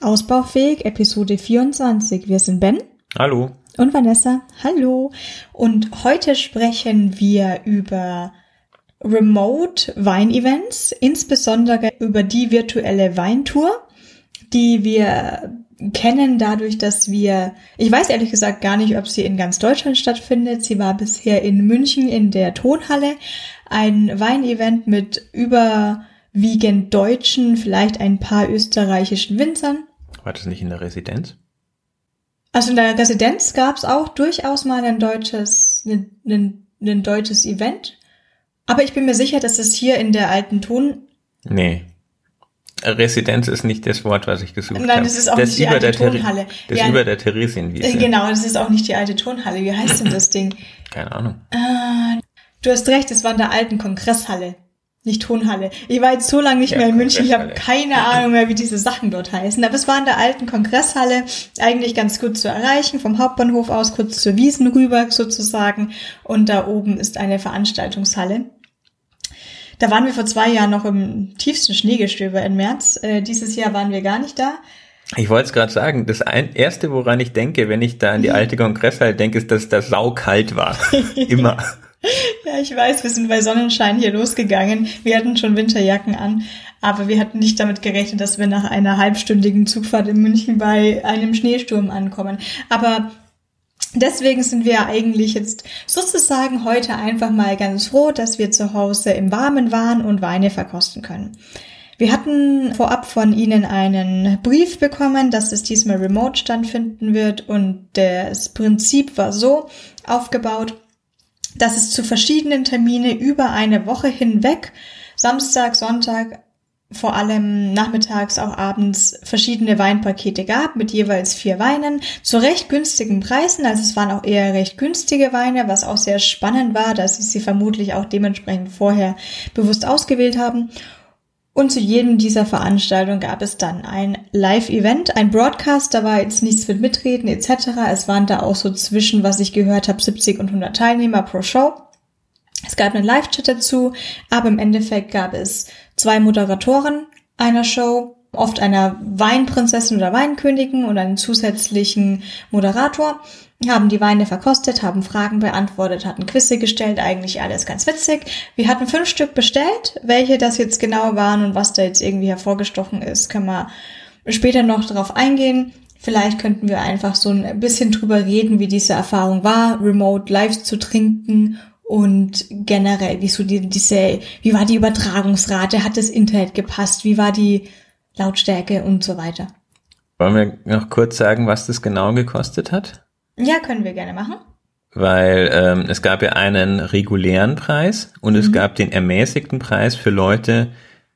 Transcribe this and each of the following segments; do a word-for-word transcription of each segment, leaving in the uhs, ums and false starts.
Ausbaufähig, Episode vierundzwanzig. Wir sind Ben. Hallo. Und Vanessa. Hallo. Und heute sprechen wir über Remote-Wein-Events, insbesondere über die virtuelle Weintour, die wir kennen dadurch, dass wir, ich weiß ehrlich gesagt gar nicht, ob sie in ganz Deutschland stattfindet. Sie war bisher in München in der Tonhalle, ein Weinevent mit überwiegend deutschen, vielleicht ein paar österreichischen Winzern. War das nicht in der Residenz? Also in der Residenz gab es auch durchaus mal ein deutsches, ein, ein, ein deutsches Event. Aber ich bin mir sicher, dass es hier in der alten Ton... Nee. Residenz ist nicht das Wort, was ich gesucht habe. Nein, das ist auch das nicht die alte Tonhalle. Das ja, über der Theresienwiese. Genau, das ist auch nicht die alte Tonhalle. Wie heißt denn das Ding? Keine Ahnung. Äh, du hast recht, es war in der alten Kongresshalle. Nicht Tonhalle. Ich war jetzt so lange nicht ja, mehr in München, ich habe keine Ahnung mehr, wie diese Sachen dort heißen. Aber es war in der alten Kongresshalle, eigentlich ganz gut zu erreichen, vom Hauptbahnhof aus kurz zur Wiesn rüber sozusagen. Und da oben ist eine Veranstaltungshalle. Da waren wir vor zwei Jahren noch im tiefsten Schneegestöber im März. Äh, dieses Jahr waren wir gar nicht da. Ich wollte es gerade sagen, das ein, Erste, woran ich denke, wenn ich da an die alte Kongresshalle denke, ist, dass das saukalt war. Immer. Ja, ich weiß, wir sind bei Sonnenschein hier losgegangen. Wir hatten schon Winterjacken an, aber wir hatten nicht damit gerechnet, dass wir nach einer halbstündigen Zugfahrt in München bei einem Schneesturm ankommen. Aber deswegen sind wir eigentlich jetzt sozusagen heute einfach mal ganz froh, dass wir zu Hause im Warmen waren und Weine verkosten können. Wir hatten vorab von Ihnen einen Brief bekommen, dass es diesmal remote stattfinden wird, und das Prinzip war so aufgebaut, dass es zu verschiedenen Termine über eine Woche hinweg, Samstag, Sonntag, vor allem nachmittags, auch abends, verschiedene Weinpakete gab mit jeweils vier Weinen zu recht günstigen Preisen. Also es waren auch eher recht günstige Weine, was auch sehr spannend war, dass sie sie vermutlich auch dementsprechend vorher bewusst ausgewählt haben. Und zu jedem dieser Veranstaltungen gab es dann ein Live-Event, ein Broadcast, da war jetzt nichts mit Mitreden et cetera. Es waren da auch so zwischen, was ich gehört habe, siebzig und hundert Teilnehmer pro Show. Es gab einen Live-Chat dazu, aber im Endeffekt gab es zwei Moderatoren einer Show, oft einer Weinprinzessin oder Weinkönigin und einen zusätzlichen Moderator, haben die Weine verkostet, haben Fragen beantwortet, hatten Quizze gestellt, eigentlich alles ganz witzig. Wir hatten fünf Stück bestellt. Welche das jetzt genau waren und was da jetzt irgendwie hervorgestochen ist, können wir später noch drauf eingehen. Vielleicht könnten wir einfach so ein bisschen drüber reden, wie diese Erfahrung war, remote live zu trinken und generell, wie so die, diese, wie war die Übertragungsrate, hat das Internet gepasst, wie war die Lautstärke und so weiter. Wollen wir noch kurz sagen, was das genau gekostet hat? Ja, können wir gerne machen. Weil ähm, es gab ja einen regulären Preis und mhm. es gab den ermäßigten Preis für Leute,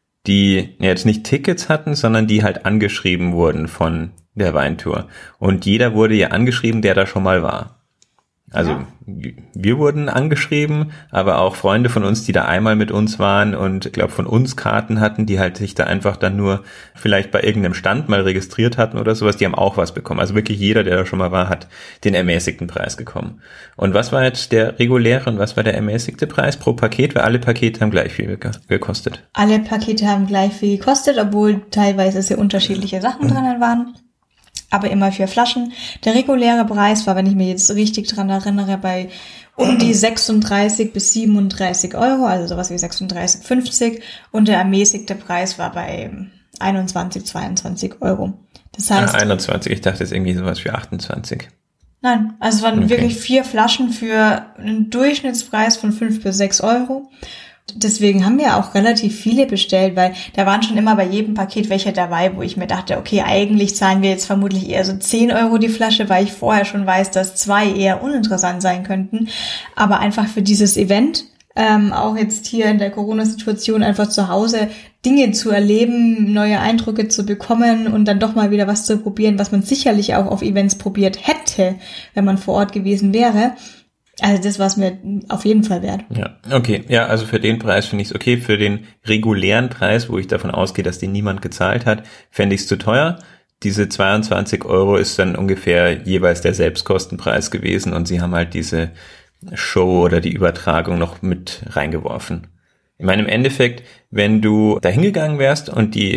die ja, jetzt nicht Tickets hatten, sondern die halt angeschrieben wurden von der Weintour. Und jeder wurde ja angeschrieben, der da schon mal war. Also ja. Wir wurden angeschrieben, aber auch Freunde von uns, die da einmal mit uns waren und ich glaube von uns Karten hatten, die halt sich da einfach dann nur vielleicht bei irgendeinem Stand mal registriert hatten oder sowas, die haben auch was bekommen. Also wirklich jeder, der da schon mal war, hat den ermäßigten Preis bekommen. Und was war jetzt der reguläre und was war der ermäßigte Preis pro Paket? Weil alle Pakete haben gleich viel gekostet. Alle Pakete haben gleich viel gekostet, obwohl teilweise sehr unterschiedliche Sachen drinnen waren. Aber immer vier Flaschen. Der reguläre Preis war, wenn ich mich jetzt richtig dran erinnere, bei um die sechsunddreißig bis siebenunddreißig Euro, also sowas wie sechsunddreißig, fünfzig. Und der ermäßigte Preis war bei einundzwanzig, zweiundzwanzig Euro. Das heißt, ah, einundzwanzig, ich dachte jetzt irgendwie sowas für achtundzwanzig. Nein, also es waren okay. wirklich vier Flaschen für einen Durchschnittspreis von fünf bis sechs Euro. Deswegen haben wir auch relativ viele bestellt, weil da waren schon immer bei jedem Paket welche dabei, wo ich mir dachte, okay, eigentlich zahlen wir jetzt vermutlich eher so zehn Euro die Flasche, weil ich vorher schon weiß, dass zwei eher uninteressant sein könnten. Aber einfach für dieses Event, ähm, auch jetzt hier in der Corona-Situation einfach zu Hause Dinge zu erleben, neue Eindrücke zu bekommen und dann doch mal wieder was zu probieren, was man sicherlich auch auf Events probiert hätte, wenn man vor Ort gewesen wäre. Also das war es mir auf jeden Fall wert. Ja, okay. Ja, also für den Preis finde ich es okay. Für den regulären Preis, wo ich davon ausgehe, dass den niemand gezahlt hat, fände ich es zu teuer. Diese zweiundzwanzig Euro ist dann ungefähr jeweils der Selbstkostenpreis gewesen und sie haben halt diese Show oder die Übertragung noch mit reingeworfen. Ich meine, im Endeffekt, wenn du da hingegangen wärst und die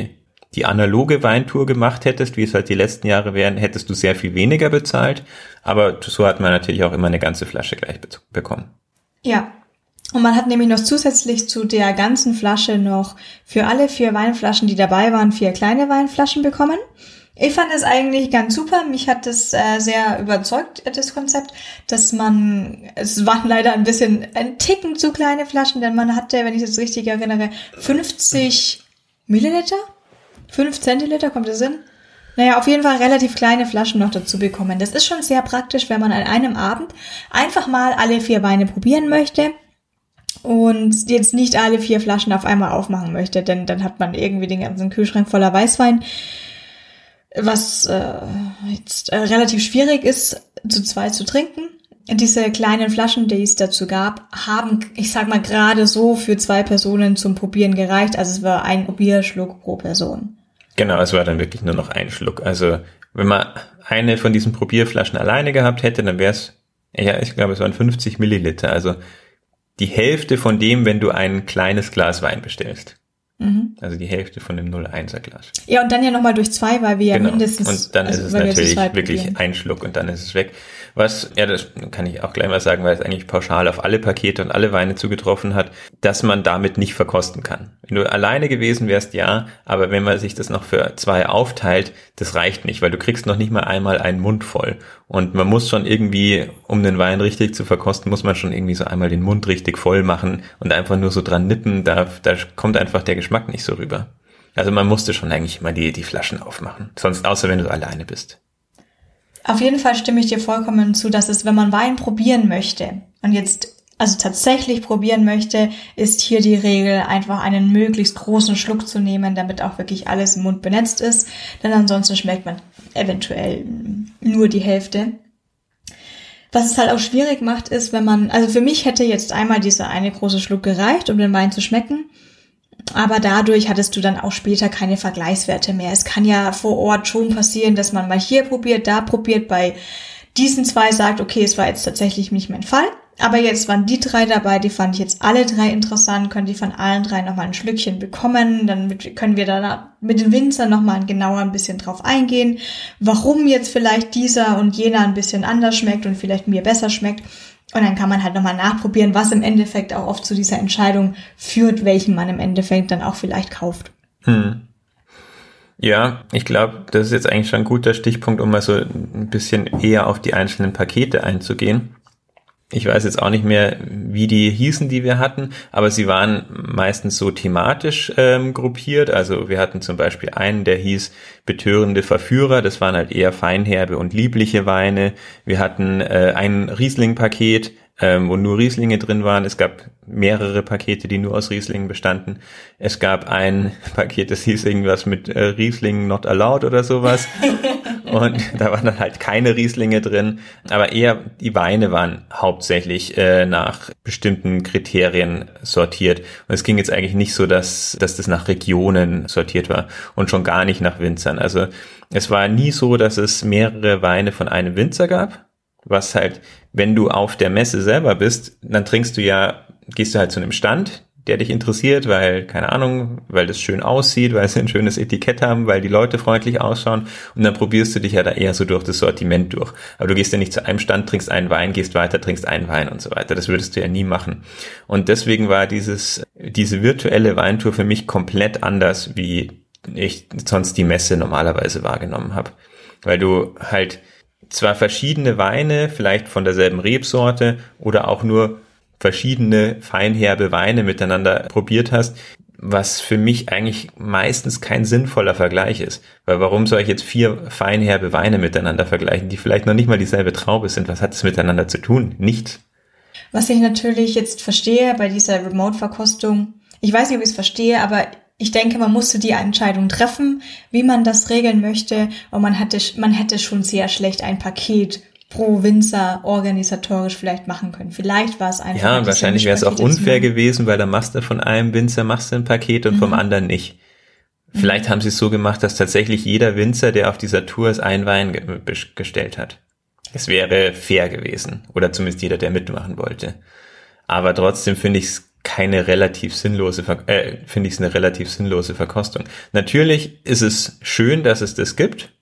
die analoge Weintour gemacht hättest, wie es halt die letzten Jahre wären, hättest du sehr viel weniger bezahlt. Aber so hat man natürlich auch immer eine ganze Flasche gleich be- bekommen. Ja. Und man hat nämlich noch zusätzlich zu der ganzen Flasche noch für alle vier Weinflaschen, die dabei waren, vier kleine Weinflaschen bekommen. Ich fand es eigentlich ganz super. Mich hat das äh, sehr überzeugt, das Konzept, dass man, es waren leider ein bisschen ein Ticken zu kleine Flaschen, denn man hatte, wenn ich das richtig erinnere, fünfzig Milliliter? fünf Zentiliter, kommt das hin? Naja, auf jeden Fall relativ kleine Flaschen noch dazu bekommen. Das ist schon sehr praktisch, wenn man an einem Abend einfach mal alle vier Weine probieren möchte und jetzt nicht alle vier Flaschen auf einmal aufmachen möchte, denn dann hat man irgendwie den ganzen Kühlschrank voller Weißwein, was äh, jetzt äh, relativ schwierig ist, zu zweit zu trinken. Diese kleinen Flaschen, die es dazu gab, haben, ich sag mal, gerade so für zwei Personen zum Probieren gereicht. Also es war ein Probierschluck pro Person. Genau, es war dann wirklich nur noch ein Schluck. Also wenn man eine von diesen Probierflaschen alleine gehabt hätte, dann wäre es, ja, ich glaube, es waren fünfzig Milliliter. Also die Hälfte von dem, wenn du ein kleines Glas Wein bestellst. Mhm. Also die Hälfte von dem null Komma eins er Glas. Ja, und dann ja nochmal durch zwei, weil wir ja genau. mindestens... Und dann also, ist es natürlich wirklich probieren. Ein Schluck und dann ist es weg. Was, ja, das kann ich auch gleich mal sagen, weil es eigentlich pauschal auf alle Pakete und alle Weine zugetroffen hat, dass man damit nicht verkosten kann. Wenn du alleine gewesen wärst, ja, aber wenn man sich das noch für zwei aufteilt, das reicht nicht, weil du kriegst noch nicht mal einmal einen Mund voll. Und man muss schon irgendwie, um den Wein richtig zu verkosten, muss man schon irgendwie so einmal den Mund richtig voll machen und einfach nur so dran nippen, da, da kommt einfach der Geschmack nicht so rüber. Also man musste schon eigentlich immer die, die Flaschen aufmachen, sonst außer wenn du alleine bist. Auf jeden Fall stimme ich dir vollkommen zu, dass es, wenn man Wein probieren möchte und jetzt also tatsächlich probieren möchte, ist hier die Regel, einfach einen möglichst großen Schluck zu nehmen, damit auch wirklich alles im Mund benetzt ist, denn ansonsten schmeckt man eventuell nur die Hälfte. Was es halt auch schwierig macht, ist, wenn man, also für mich hätte jetzt einmal dieser eine große Schluck gereicht, um den Wein zu schmecken. Aber dadurch hattest du dann auch später keine Vergleichswerte mehr. Es kann ja vor Ort schon passieren, dass man mal hier probiert, da probiert, bei diesen zwei sagt, okay, es war jetzt tatsächlich nicht mein Fall. Aber jetzt waren die drei dabei, die fand ich jetzt alle drei interessant, können die von allen drei nochmal ein Schlückchen bekommen. Dann können wir da mit den Winzern nochmal genauer ein bisschen drauf eingehen, warum jetzt vielleicht dieser und jener ein bisschen anders schmeckt und vielleicht mir besser schmeckt. Und dann kann man halt nochmal nachprobieren, was im Endeffekt auch oft zu dieser Entscheidung führt, welchen man im Endeffekt dann auch vielleicht kauft. Hm. Ja, ich glaube, das ist jetzt eigentlich schon ein guter Stichpunkt, um mal so ein bisschen eher auf die einzelnen Pakete einzugehen. Ich weiß jetzt auch nicht mehr, wie die hießen, die wir hatten, aber sie waren meistens so thematisch ähm, gruppiert. Also wir hatten zum Beispiel einen, der hieß Betörende Verführer. Das waren halt eher feinherbe und liebliche Weine. Wir hatten äh, ein Riesling-Paket, ähm, wo nur Rieslinge drin waren. Es gab mehrere Pakete, die nur aus Rieslingen bestanden. Es gab ein Paket, das hieß irgendwas mit äh, Riesling not allowed oder sowas. Und da waren dann halt keine Rieslinge drin, aber eher die Weine waren hauptsächlich äh, nach bestimmten Kriterien sortiert. Und es ging jetzt eigentlich nicht so, dass, dass das nach Regionen sortiert war und schon gar nicht nach Winzern. Also es war nie so, dass es mehrere Weine von einem Winzer gab, was halt, wenn du auf der Messe selber bist, dann trinkst du ja, gehst du halt zu einem Stand, der dich interessiert, weil, keine Ahnung, weil das schön aussieht, weil sie ein schönes Etikett haben, weil die Leute freundlich ausschauen und dann probierst du dich ja da eher so durch das Sortiment durch. Aber du gehst ja nicht zu einem Stand, trinkst einen Wein, gehst weiter, trinkst einen Wein und so weiter. Das würdest du ja nie machen. Und deswegen war dieses, diese virtuelle Weintour für mich komplett anders, wie ich sonst die Messe normalerweise wahrgenommen habe. Weil du halt zwar verschiedene Weine, vielleicht von derselben Rebsorte oder auch nur verschiedene feinherbe Weine miteinander probiert hast, was für mich eigentlich meistens kein sinnvoller Vergleich ist. Weil warum soll ich jetzt vier feinherbe Weine miteinander vergleichen, die vielleicht noch nicht mal dieselbe Traube sind? Was hat es miteinander zu tun? Nichts. Was ich natürlich jetzt verstehe bei dieser Remote-Verkostung, ich weiß nicht, ob ich es verstehe, aber ich denke, man musste die Entscheidung treffen, wie man das regeln möchte, und man hatte, man hätte schon sehr schlecht ein Paket pro Winzer organisatorisch vielleicht machen können. Vielleicht war es einfach... Ja, wahrscheinlich wäre es auch unfair gewesen, weil da machst du von einem Winzer machst du ein Paket und mhm. vom anderen nicht. Vielleicht mhm. haben sie es so gemacht, dass tatsächlich jeder Winzer, der auf dieser Tour ist, einen Wein ge- gestellt hat. Es wäre fair gewesen. Oder zumindest jeder, der mitmachen wollte. Aber trotzdem finde ich es keine relativ sinnlose, äh, finde ich es eine relativ sinnlose Verkostung. Natürlich ist es schön, dass es das gibt,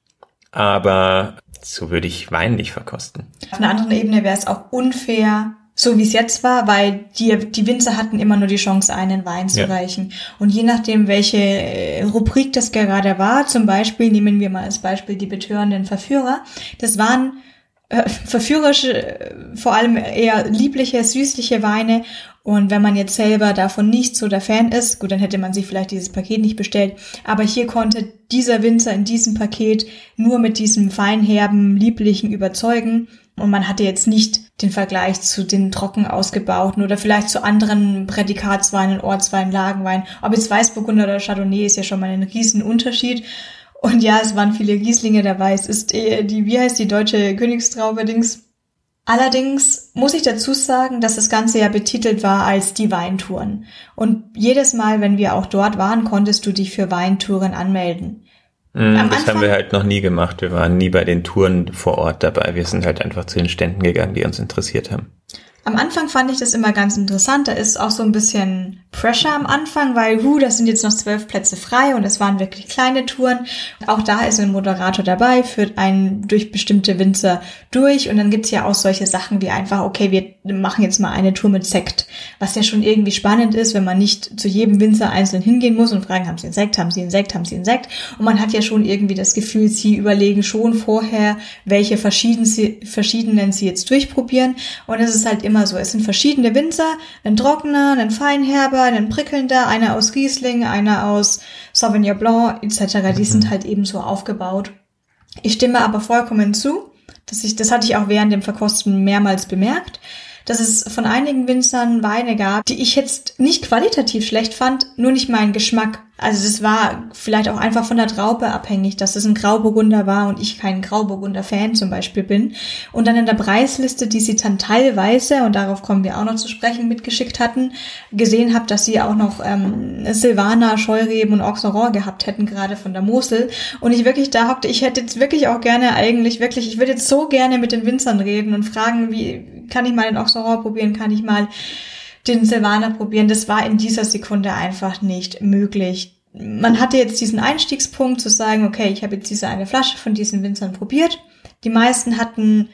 aber so würde ich Wein nicht verkosten. Auf einer anderen Ebene wäre es auch unfair, so wie es jetzt war, weil die, die Winzer hatten immer nur die Chance, einen Wein zu ja. reichen. Und je nachdem, welche Rubrik das gerade war, zum Beispiel, nehmen wir mal als Beispiel die betörenden Verführer, das waren äh, verführerische, vor allem eher liebliche, süßliche Weine. Und wenn man jetzt selber davon nicht so der Fan ist, gut, dann hätte man sich vielleicht dieses Paket nicht bestellt. Aber hier konnte dieser Winzer in diesem Paket nur mit diesem feinherben, lieblichen überzeugen. Und man hatte jetzt nicht den Vergleich zu den trocken ausgebauten oder vielleicht zu anderen Prädikatsweinen, Ortsweinen, Lagenweinen. Ob jetzt Weißburgunder oder Chardonnay ist ja schon mal ein Riesenunterschied. Und ja, es waren viele Rieslinge dabei. Es ist die, wie heißt die deutsche Königstraube-Dings? Allerdings muss ich dazu sagen, dass das Ganze ja betitelt war als die Weintouren. Und jedes Mal, wenn wir auch dort waren, konntest du dich für Weintouren anmelden. Mm, das Anfang, haben wir halt noch nie gemacht. Wir waren nie bei den Touren vor Ort dabei. Wir sind halt einfach zu den Ständen gegangen, die uns interessiert haben. Am Anfang fand ich das immer ganz interessant. Da ist auch so ein bisschen Pressure am Anfang, weil, hu, das sind jetzt noch zwölf Plätze frei und es waren wirklich kleine Touren. Auch da ist ein Moderator dabei, führt einen durch bestimmte Winzer durch und dann gibt's ja auch solche Sachen wie einfach, okay, wir machen jetzt mal eine Tour mit Sekt, was ja schon irgendwie spannend ist, wenn man nicht zu jedem Winzer einzeln hingehen muss und fragen, haben Sie einen Sekt, haben Sie einen Sekt, haben Sie einen Sekt? Und man hat ja schon irgendwie das Gefühl, Sie überlegen schon vorher, welche verschiedenen Sie, verschiedenen Sie jetzt durchprobieren und es ist halt immer so, es sind verschiedene Winzer, ein trockener, ein feinherber, ein prickelnder, einer aus Riesling, einer aus Sauvignon Blanc et cetera. Die mhm. sind halt eben so aufgebaut. Ich stimme aber vollkommen zu, dass ich, das hatte ich auch während dem Verkosten mehrmals bemerkt, dass es von einigen Winzern Weine gab, die ich jetzt nicht qualitativ schlecht fand, nur nicht meinen Geschmack. Also es war vielleicht auch einfach von der Traube abhängig, dass es ein Grauburgunder war und ich kein Grauburgunder-Fan zum Beispiel bin. Und dann in der Preisliste, die sie dann teilweise, und darauf kommen wir auch noch zu sprechen, mitgeschickt hatten, gesehen habe, dass sie auch noch ähm, Silvaner, Scheureben und Auxerrois gehabt hätten, gerade von der Mosel. Und ich wirklich da hockte, ich hätte jetzt wirklich auch gerne eigentlich, wirklich, ich würde jetzt so gerne mit den Winzern reden und fragen, wie kann ich mal den Auxerrois probieren, kann ich mal den Silvaner probieren. Das war in dieser Sekunde einfach nicht möglich. Man hatte jetzt diesen Einstiegspunkt zu sagen, okay, ich habe jetzt diese eine Flasche von diesen Winzern probiert. Die meisten hatten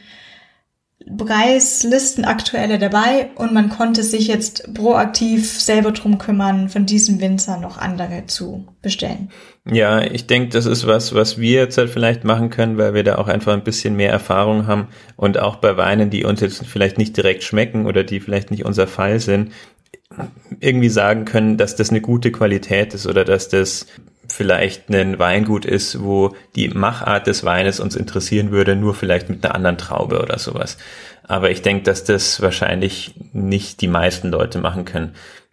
Preislisten aktuelle dabei und man konnte sich jetzt proaktiv selber drum kümmern, von diesen Winzern noch andere zu bestellen. Ja, ich denke, das ist was, was wir jetzt halt vielleicht machen können, weil wir da auch einfach ein bisschen mehr Erfahrung haben und auch bei Weinen, die uns jetzt vielleicht nicht direkt schmecken oder die vielleicht nicht unser Fall sind, irgendwie sagen können, dass das eine gute Qualität ist oder dass das vielleicht ein Weingut ist, wo die Machart des Weines uns interessieren würde, nur vielleicht mit einer anderen Traube oder sowas. Aber ich denke, dass das wahrscheinlich nicht die meisten Leute machen können.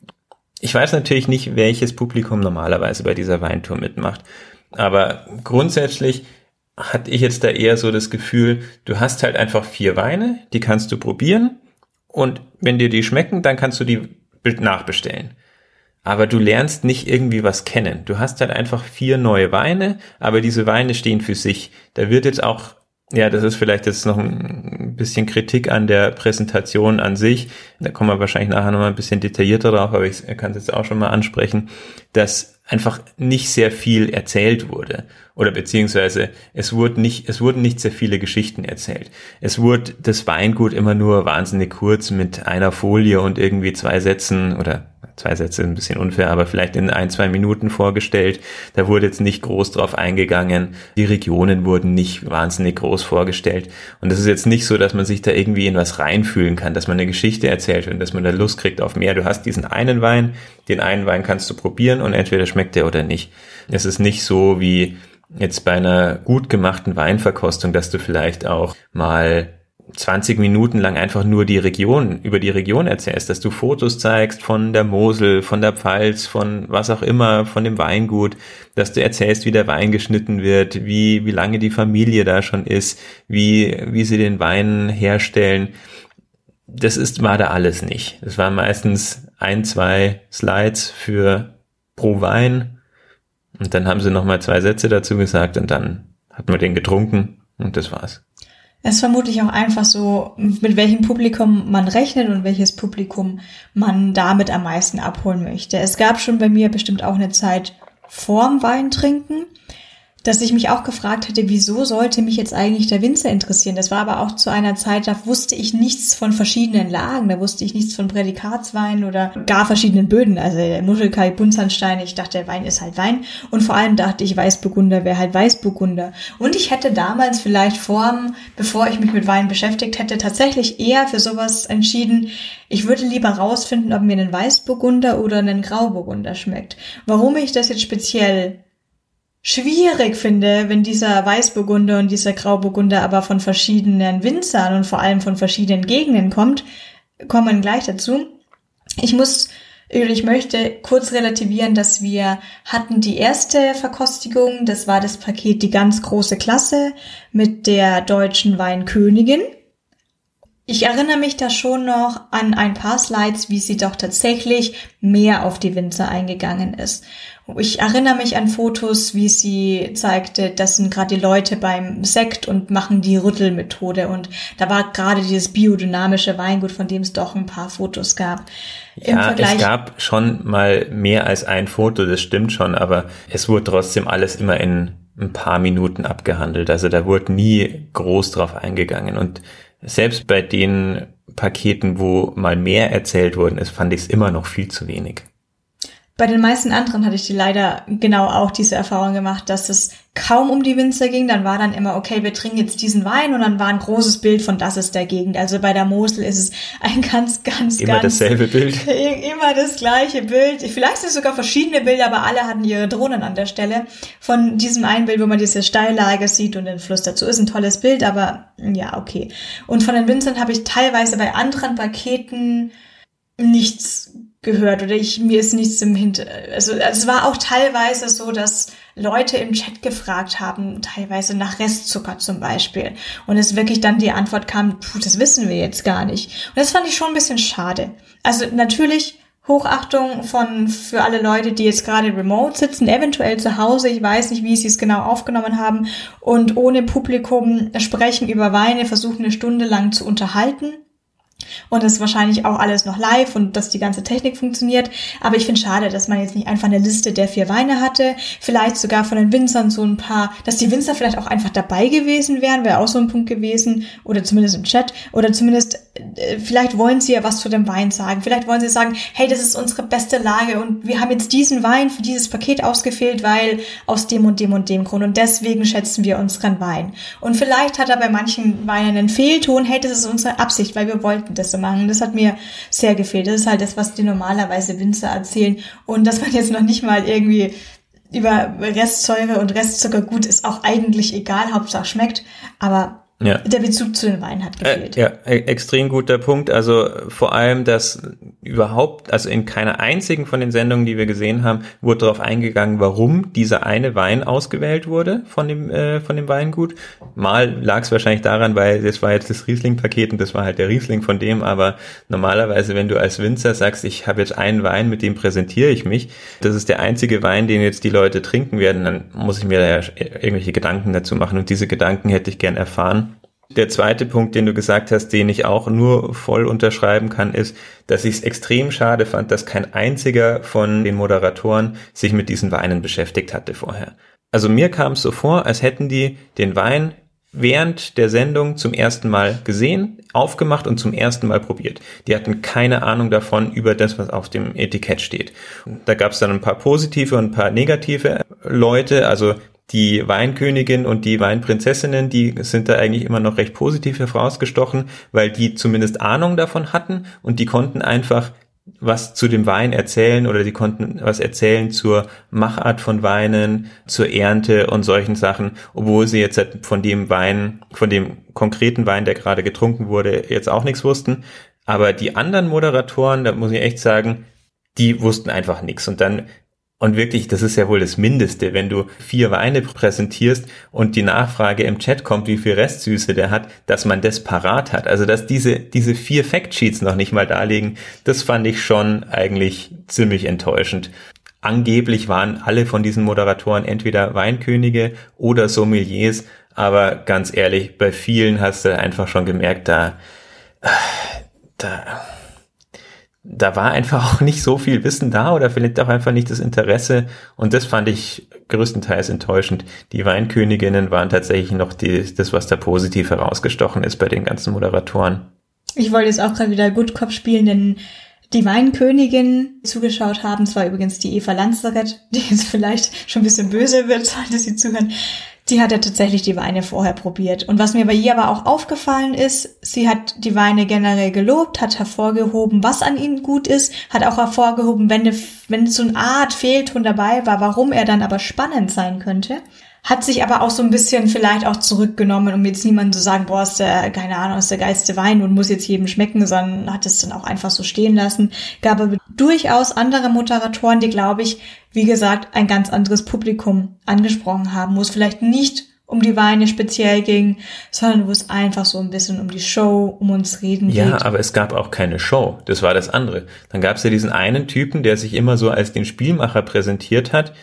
Ich weiß natürlich nicht, welches Publikum normalerweise bei dieser Weintour mitmacht. Aber grundsätzlich hatte ich jetzt da eher so das Gefühl, du hast halt einfach vier Weine, die kannst du probieren und wenn dir die schmecken, dann kannst du die nachbestellen. Aber du lernst nicht irgendwie was kennen. Du hast halt einfach vier neue Weine, aber diese Weine stehen für sich. Da wird jetzt auch, ja, das ist vielleicht jetzt noch ein bisschen Kritik an der Präsentation an sich. Da kommen wir wahrscheinlich nachher nochmal ein bisschen detaillierter drauf, aber ich kann es jetzt auch schon mal ansprechen, dass einfach nicht sehr viel erzählt wurde. Oder beziehungsweise es wurde nicht, es wurden nicht sehr viele Geschichten erzählt. Es wurde das Weingut immer nur wahnsinnig kurz mit einer Folie und irgendwie zwei Sätzen oder zwei Sätze ein bisschen unfair, aber vielleicht in ein, zwei Minuten vorgestellt. Da wurde jetzt nicht groß drauf eingegangen. Die Regionen wurden nicht wahnsinnig groß vorgestellt. Und es ist jetzt nicht so, dass man sich da irgendwie in was reinfühlen kann, dass man eine Geschichte erzählt und dass man da Lust kriegt auf mehr. Du hast diesen einen Wein, den einen Wein kannst du probieren und entweder schmeckt der oder nicht. Es ist nicht so wie jetzt bei einer gut gemachten Weinverkostung, dass du vielleicht auch mal zwanzig Minuten lang einfach nur die Region, über die Region erzählst, dass du Fotos zeigst von der Mosel, von der Pfalz, von was auch immer, von dem Weingut, dass du erzählst, wie der Wein geschnitten wird, wie, wie lange die Familie da schon ist, wie, wie sie den Wein herstellen. Das ist, war da alles nicht. Es waren meistens ein, zwei Slides für pro Wein und dann haben sie nochmal zwei Sätze dazu gesagt und dann hat man den getrunken und das war's. Es ist vermutlich auch einfach so, mit welchem Publikum man rechnet und welches Publikum man damit am meisten abholen möchte. Es gab schon bei mir bestimmt auch eine Zeit vorm Weintrinken, dass ich mich auch gefragt hätte, wieso sollte mich jetzt eigentlich der Winzer interessieren? Das war aber auch zu einer Zeit, da wusste ich nichts von verschiedenen Lagen, da wusste ich nichts von Prädikatswein oder gar verschiedenen Böden, also Muschelkalk, Buntsandstein. Ich dachte, Wein ist halt Wein und vor allem dachte ich, Weißburgunder wäre halt Weißburgunder. Und ich hätte damals vielleicht vor, bevor ich mich mit Wein beschäftigt hätte, tatsächlich eher für sowas entschieden, ich würde lieber rausfinden, ob mir ein Weißburgunder oder ein Grauburgunder schmeckt. Warum ich das jetzt speziell schwierig finde, wenn dieser Weißburgunder und dieser Grauburgunder aber von verschiedenen Winzern und vor allem von verschiedenen Gegenden kommt, kommen gleich dazu. Ich muss, ich möchte kurz relativieren, dass wir hatten die erste Verkostigung, das war das Paket Die ganz große Klasse mit der deutschen Weinkönigin. Ich erinnere mich da schon noch an ein paar Slides, wie sie doch tatsächlich mehr auf die Winzer eingegangen ist. Ich erinnere mich an Fotos, wie sie zeigte, das sind gerade die Leute beim Sekt und machen die Rüttelmethode. Und da war gerade dieses biodynamische Weingut, von dem es doch ein paar Fotos gab. Im ja, Vergleich, es gab schon mal mehr als ein Foto, das stimmt schon, aber es wurde trotzdem alles immer in ein paar Minuten abgehandelt. Also da wurde nie groß drauf eingegangen. Und selbst bei den Paketen, wo mal mehr erzählt worden ist, fand ich es immer noch viel zu wenig. Bei den meisten anderen hatte ich die leider genau auch diese Erfahrung gemacht, dass es kaum um die Winzer ging. Dann war dann immer, okay, wir trinken jetzt diesen Wein und dann war ein großes Bild von das ist der Gegend. Also bei der Mosel ist es ein ganz, ganz, immer ganz... dasselbe Bild. Immer das gleiche Bild. Vielleicht sind es sogar verschiedene Bilder, aber alle hatten ihre Drohnen an der Stelle. Von diesem einen Bild, wo man diese Steillage sieht und den Fluss dazu, ist ein tolles Bild, aber ja, okay. Und von den Winzern habe ich teilweise bei anderen Paketen nichts gehört oder ich mir ist nichts im Hinter... Also, also es war auch teilweise so, dass Leute im Chat gefragt haben, teilweise nach Restzucker zum Beispiel. Und es wirklich dann die Antwort kam, puh, das wissen wir jetzt gar nicht. Und das fand ich schon ein bisschen schade. Also natürlich Hochachtung von für alle Leute, die jetzt gerade remote sitzen, eventuell zu Hause, ich weiß nicht, wie sie es genau aufgenommen haben, und ohne Publikum sprechen über Weine, versuchen eine Stunde lang zu unterhalten. Und es ist wahrscheinlich auch alles noch live und dass die ganze Technik funktioniert. Aber ich finde schade, dass man jetzt nicht einfach eine Liste der vier Weine hatte. Vielleicht sogar von den Winzern so ein paar, dass die Winzer vielleicht auch einfach dabei gewesen wären, wäre auch so ein Punkt gewesen. Oder zumindest im Chat. Oder zumindest, äh, vielleicht wollen sie ja was zu dem Wein sagen. Vielleicht wollen sie sagen, hey, das ist unsere beste Lage und wir haben jetzt diesen Wein für dieses Paket ausgewählt, weil aus dem und dem und dem Grund. Und deswegen schätzen wir unseren Wein. Und vielleicht hat er bei manchen Weinen einen Fehlton. Hey, das ist unsere Absicht, weil wir wollten das so machen. Das hat mir sehr gefehlt. Das ist halt das, was die normalerweise Winzer erzählen. Und dass man jetzt noch nicht mal irgendwie über Restsäure und Restzucker, gut, ist auch eigentlich egal, Hauptsache schmeckt. Aber ja, der Bezug zu den Weinen hat gefehlt. Äh, ja, e- extrem guter Punkt. Also vor allem, dass überhaupt, also in keiner einzigen von den Sendungen, die wir gesehen haben, wurde darauf eingegangen, warum dieser eine Wein ausgewählt wurde von dem äh, von dem Weingut. Mal lag es wahrscheinlich daran, weil das war jetzt das Riesling-Paket und das war halt der Riesling von dem, aber normalerweise, wenn du als Winzer sagst, ich habe jetzt einen Wein, mit dem präsentiere ich mich, das ist der einzige Wein, den jetzt die Leute trinken werden, dann muss ich mir da ja irgendwelche Gedanken dazu machen und diese Gedanken hätte ich gern erfahren. Der zweite Punkt, den du gesagt hast, den ich auch nur voll unterschreiben kann, ist, dass ich es extrem schade fand, dass kein einziger von den Moderatoren sich mit diesen Weinen beschäftigt hatte vorher. Also mir kam es so vor, als hätten die den Wein während der Sendung zum ersten Mal gesehen, aufgemacht und zum ersten Mal probiert. Die hatten keine Ahnung davon über das, was auf dem Etikett steht. Da gab es dann ein paar positive und ein paar negative Leute, also die Weinkönigin und die Weinprinzessinnen, die sind da eigentlich immer noch recht positiv herausgestochen, weil die zumindest Ahnung davon hatten und die konnten einfach was zu dem Wein erzählen oder die konnten was erzählen zur Machart von Weinen, zur Ernte und solchen Sachen, obwohl sie jetzt von dem Wein, von dem konkreten Wein, der gerade getrunken wurde, jetzt auch nichts wussten. Aber die anderen Moderatoren, da muss ich echt sagen, die wussten einfach nichts. Und dann Und wirklich, das ist ja wohl das Mindeste, wenn du vier Weine präsentierst und die Nachfrage im Chat kommt, wie viel Restsüße der hat, dass man das parat hat. Also, dass diese diese vier Factsheets noch nicht mal da liegen, das fand ich schon eigentlich ziemlich enttäuschend. Angeblich waren alle von diesen Moderatoren entweder Weinkönige oder Sommeliers, aber ganz ehrlich, bei vielen hast du einfach schon gemerkt, da, da, da war einfach auch nicht so viel Wissen da oder vielleicht auch einfach nicht das Interesse und das fand ich größtenteils enttäuschend. Die Weinköniginnen waren tatsächlich noch die, das, was da positiv herausgestochen ist bei den ganzen Moderatoren. Ich wollte jetzt auch gerade wieder Good Cop spielen, denn die Weinkönigin zugeschaut haben, das war übrigens die Eva Lanzeret, die jetzt vielleicht schon ein bisschen böse wird, sollte sie zuhören. Die hat ja tatsächlich die Weine vorher probiert. Und was mir bei ihr aber auch aufgefallen ist, sie hat die Weine generell gelobt, hat hervorgehoben, was an ihnen gut ist, hat auch hervorgehoben, wenn, eine, wenn so eine Art Fehlton dabei war, warum er dann aber spannend sein könnte. Hat sich aber auch so ein bisschen vielleicht auch zurückgenommen, um jetzt niemandem zu sagen, boah, ist der, keine Ahnung, ist der geilste Wein und muss jetzt jedem schmecken, sondern hat es dann auch einfach so stehen lassen. Gab aber durchaus andere Moderatoren, die, glaube ich, wie gesagt, ein ganz anderes Publikum angesprochen haben, wo es vielleicht nicht um die Weine speziell ging, sondern wo es einfach so ein bisschen um die Show, um uns reden geht. Ja, aber es gab auch keine Show. Das war das andere. Dann gab es ja diesen einen Typen, der sich immer so als den Spielmacher präsentiert hat,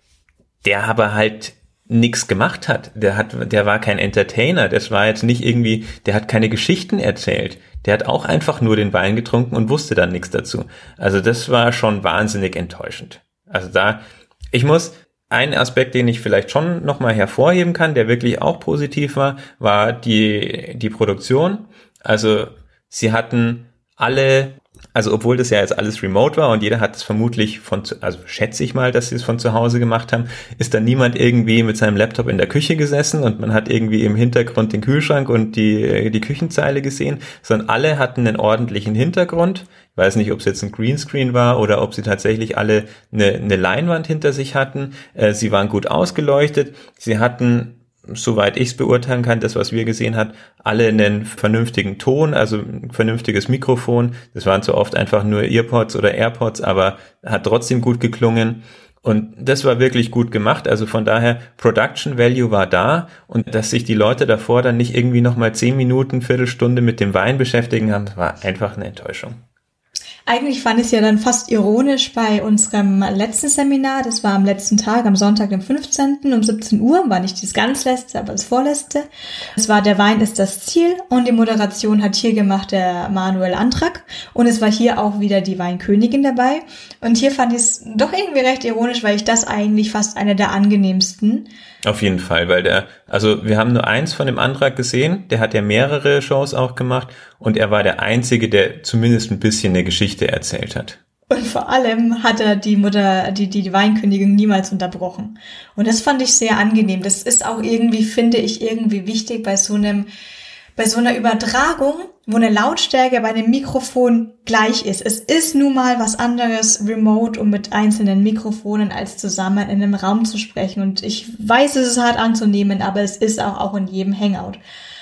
der aber halt nix gemacht hat. Der hat, der war kein Entertainer. Das war jetzt nicht irgendwie, der hat keine Geschichten erzählt. Der hat auch einfach nur den Wein getrunken und wusste dann nichts dazu. Also das war schon wahnsinnig enttäuschend. Also da, ich muss, ein Aspekt, den ich vielleicht schon nochmal hervorheben kann, der wirklich auch positiv war, war die, die Produktion. Also sie hatten alle, also obwohl das ja jetzt alles remote war und jeder hat es vermutlich von, also schätze ich mal, dass sie es von zu Hause gemacht haben, ist da niemand irgendwie mit seinem Laptop in der Küche gesessen und man hat irgendwie im Hintergrund den Kühlschrank und die, die Küchenzeile gesehen, sondern alle hatten einen ordentlichen Hintergrund. Ich weiß nicht, ob es jetzt ein Greenscreen war oder ob sie tatsächlich alle eine, eine Leinwand hinter sich hatten. Äh, sie waren gut ausgeleuchtet. Sie hatten, soweit ich es beurteilen kann, das, was wir gesehen haben, alle einen vernünftigen Ton, also ein vernünftiges Mikrofon. Das waren so oft einfach nur Earpods oder AirPods, aber hat trotzdem gut geklungen. Und das war wirklich gut gemacht. Also von daher, Production Value war da. Und dass sich die Leute davor dann nicht irgendwie nochmal zehn Minuten, Viertelstunde mit dem Wein beschäftigen haben, war einfach eine Enttäuschung. Eigentlich fand ich es ja dann fast ironisch bei unserem letzten Seminar, das war am letzten Tag, am Sonntag, dem fünfzehnten um siebzehn Uhr, war nicht das ganz letzte, aber das vorletzte. Es war Der Wein ist das Ziel und die Moderation hat hier gemacht der Manuel Antrak und es war hier auch wieder die Weinkönigin dabei. Und hier fand ich es doch irgendwie recht ironisch, weil ich das eigentlich fast eine der angenehmsten. Auf jeden Fall, weil der, also wir haben nur eins von dem Antrag gesehen, der hat ja mehrere Shows auch gemacht und er war der Einzige, der zumindest ein bisschen eine Geschichte erzählt hat. Und vor allem hat er die Mutter, die, die, die Weinkönigin niemals unterbrochen. Und das fand ich sehr angenehm. Das ist auch irgendwie, finde ich, irgendwie wichtig bei so einem, bei so einer Übertragung, wo eine Lautstärke bei einem Mikrofon gleich ist. Es ist nun mal was anderes remote und mit einzelnen Mikrofonen als zusammen in einem Raum zu sprechen. Und ich weiß, es ist hart anzunehmen, aber es ist auch, auch in jedem Hangout.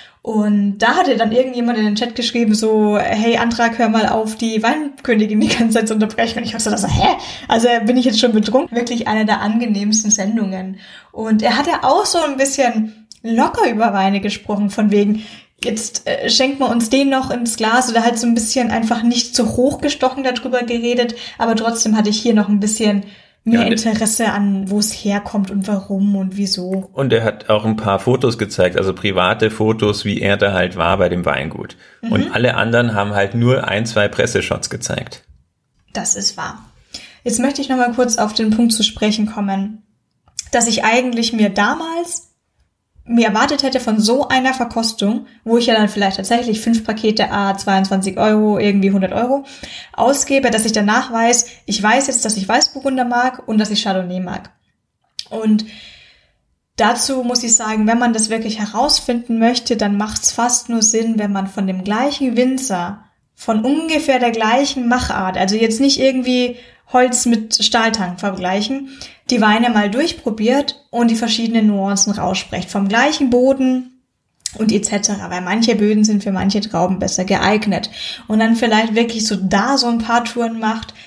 Und da hatte dann irgendjemand in den Chat geschrieben so, hey Antrag, hör mal auf, die Weinkönigin die ganze Zeit zu unterbrechen. Und ich hab so gedacht, hä? Also bin ich jetzt schon betrunken? Wirklich eine der angenehmsten Sendungen. Und er hat ja auch so ein bisschen locker über Weine gesprochen, von wegen, jetzt äh, schenkt man uns den noch ins Glas oder halt so ein bisschen einfach nicht so hochgestochen darüber geredet, aber trotzdem hatte ich hier noch ein bisschen mehr ja, Interesse an, wo es herkommt und warum und wieso. Und er hat auch ein paar Fotos gezeigt, also private Fotos, wie er da halt war bei dem Weingut. Mhm. Und alle anderen haben halt nur ein, zwei Presseshots gezeigt. Das ist wahr. Jetzt möchte ich noch mal kurz auf den Punkt zu sprechen kommen, dass ich eigentlich mir damals mir erwartet hätte von so einer Verkostung, wo ich ja dann vielleicht tatsächlich fünf Pakete à zweiundzwanzig Euro, irgendwie hundert Euro ausgebe, dass ich danach weiß, ich weiß jetzt, dass ich Weißburgunder mag und dass ich Chardonnay mag. Und dazu muss ich sagen, wenn man das wirklich herausfinden möchte, dann macht es fast nur Sinn, wenn man von dem gleichen Winzer, von ungefähr der gleichen Machart, also jetzt nicht irgendwie Holz mit Stahltank vergleichen, die Weine mal durchprobiert und die verschiedenen Nuancen raussprecht. Vom gleichen Boden und et cetera. Weil manche Böden sind für manche Trauben besser geeignet. Und dann vielleicht wirklich so da so ein paar Touren macht,